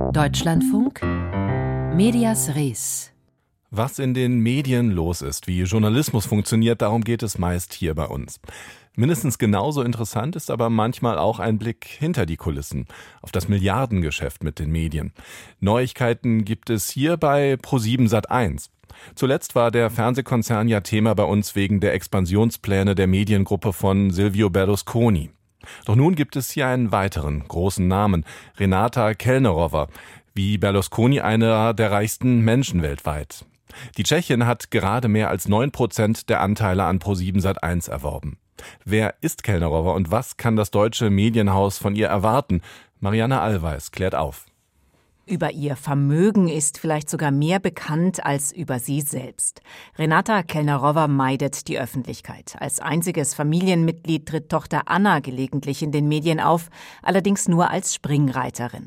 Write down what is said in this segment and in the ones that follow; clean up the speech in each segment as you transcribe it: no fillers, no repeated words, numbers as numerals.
Deutschlandfunk Medias Res. Was in den Medien los ist, wie Journalismus funktioniert, darum geht es meist hier bei uns. Mindestens genauso interessant ist aber manchmal auch ein Blick hinter die Kulissen, auf das Milliardengeschäft mit den Medien. Neuigkeiten gibt es hier bei ProSieben Sat.1. Zuletzt war der Fernsehkonzern ja Thema bei uns wegen der Expansionspläne der Mediengruppe von Silvio Berlusconi. Doch nun gibt es hier einen weiteren großen Namen, Renata Kelnerová, wie Berlusconi einer der reichsten Menschen weltweit. Die Tschechin hat gerade mehr als 9% der Anteile an ProSieben Sat.1 erworben. Wer ist Kelnerová und was kann das deutsche Medienhaus von ihr erwarten? Marianne Allweis klärt auf. Über ihr Vermögen ist vielleicht sogar mehr bekannt als über sie selbst. Renata Kelnerová meidet die Öffentlichkeit. Als einziges Familienmitglied tritt Tochter Anna gelegentlich in den Medien auf, allerdings nur als Springreiterin.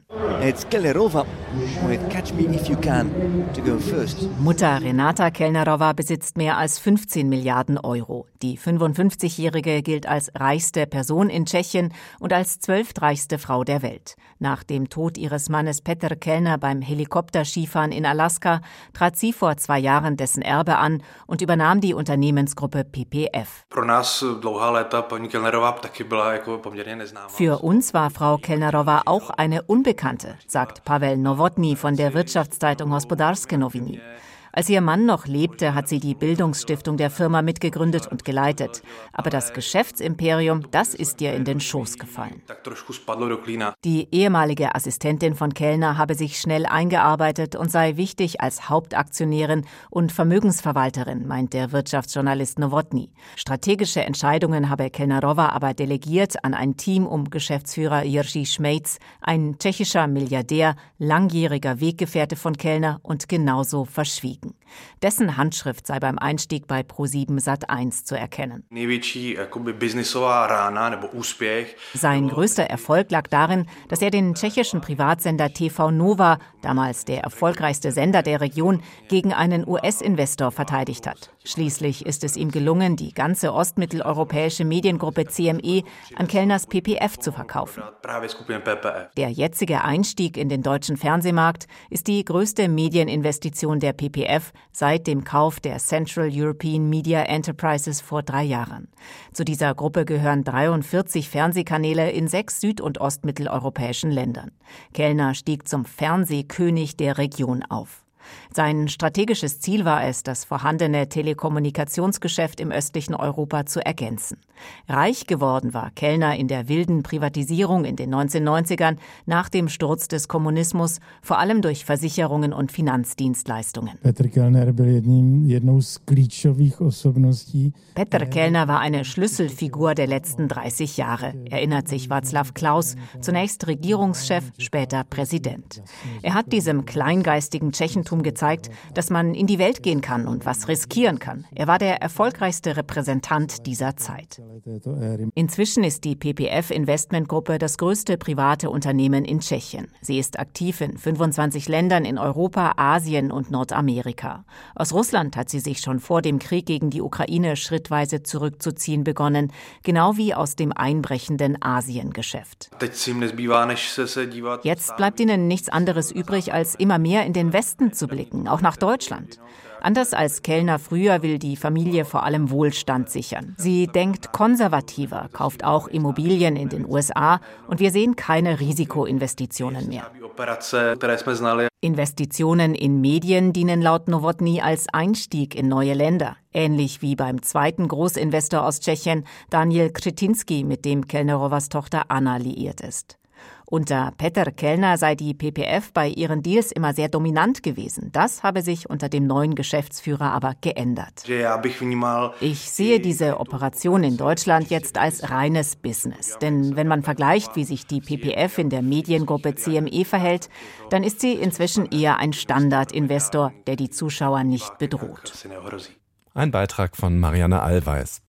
Mutter Renata Kelnerová besitzt mehr als 15 Milliarden Euro. Die 55-Jährige gilt als reichste Person in Tschechien und als 12. reichste Frau der Welt. Nach dem Tod ihres Mannes Petr Kellner beim Helikopterskifahren in Alaska trat sie vor 2 Jahren dessen Erbe an und übernahm die Unternehmensgruppe PPF. Für uns war Frau Kelnerová auch eine Unbekannte, sagt Pavel Novotny von der Wirtschaftszeitung Hospodářské noviny. Als ihr Mann noch lebte, hat sie die Bildungsstiftung der Firma mitgegründet und geleitet. Aber das Geschäftsimperium, das ist ihr in den Schoß gefallen. Die ehemalige Assistentin von Kellner habe sich schnell eingearbeitet und sei wichtig als Hauptaktionärin und Vermögensverwalterin, meint der Wirtschaftsjournalist Novotny. Strategische Entscheidungen habe Kelnerová aber delegiert an ein Team um Geschäftsführer Jiří Šmejc, ein tschechischer Milliardär, langjähriger Weggefährte von Kellner und genauso verschwiegen. Dessen Handschrift sei beim Einstieg bei ProSieben Sat.1 zu erkennen. Sein größter Erfolg lag darin, dass er den tschechischen Privatsender TV Nova, damals der erfolgreichste Sender der Region, gegen einen US-Investor verteidigt hat. Schließlich ist es ihm gelungen, die ganze ostmitteleuropäische Mediengruppe CME an Kellners PPF zu verkaufen. Der jetzige Einstieg in den deutschen Fernsehmarkt ist die größte Medieninvestition der PPF seit dem Kauf der Central European Media Enterprises vor 3 Jahren. Zu dieser Gruppe gehören 43 Fernsehkanäle in 6 süd- und ostmitteleuropäischen Ländern. Kellner stieg zum Fernsehkönig der Region auf. Sein strategisches Ziel war es, das vorhandene Telekommunikationsgeschäft im östlichen Europa zu ergänzen. Reich geworden war Kellner in der wilden Privatisierung in den 1990ern nach dem Sturz des Kommunismus, vor allem durch Versicherungen und Finanzdienstleistungen. Petr Kellner war eine Schlüsselfigur der letzten 30 Jahre, erinnert sich Václav Klaus, zunächst Regierungschef, später Präsident. Er hat diesem kleingeistigen Tschechentum gezeigt, dass man in die Welt gehen kann und was riskieren kann. Er war der erfolgreichste Repräsentant dieser Zeit. Inzwischen ist die PPF-Investmentgruppe das größte private Unternehmen in Tschechien. Sie ist aktiv in 25 Ländern in Europa, Asien und Nordamerika. Aus Russland hat sie sich schon vor dem Krieg gegen die Ukraine schrittweise zurückzuziehen begonnen, genau wie aus dem einbrechenden Asiengeschäft. Jetzt bleibt ihnen nichts anderes übrig, als immer mehr in den Westen zu blicken, auch nach Deutschland. Anders als Kellner früher will die Familie vor allem Wohlstand sichern. Sie denkt konservativer, kauft auch Immobilien in den USA und wir sehen keine Risikoinvestitionen mehr. Investitionen in Medien dienen laut Novotny als Einstieg in neue Länder. Ähnlich wie beim zweiten Großinvestor aus Tschechien, Daniel Křetínský, mit dem Kelnerovas Tochter Anna liiert ist. Unter Petr Kellner sei die PPF bei ihren Deals immer sehr dominant gewesen. Das habe sich unter dem neuen Geschäftsführer aber geändert. Ich sehe diese Operation in Deutschland jetzt als reines Business. Denn wenn man vergleicht, wie sich die PPF in der Mediengruppe CME verhält, dann ist sie inzwischen eher ein Standardinvestor, der die Zuschauer nicht bedroht. Ein Beitrag von Marianne Allweis.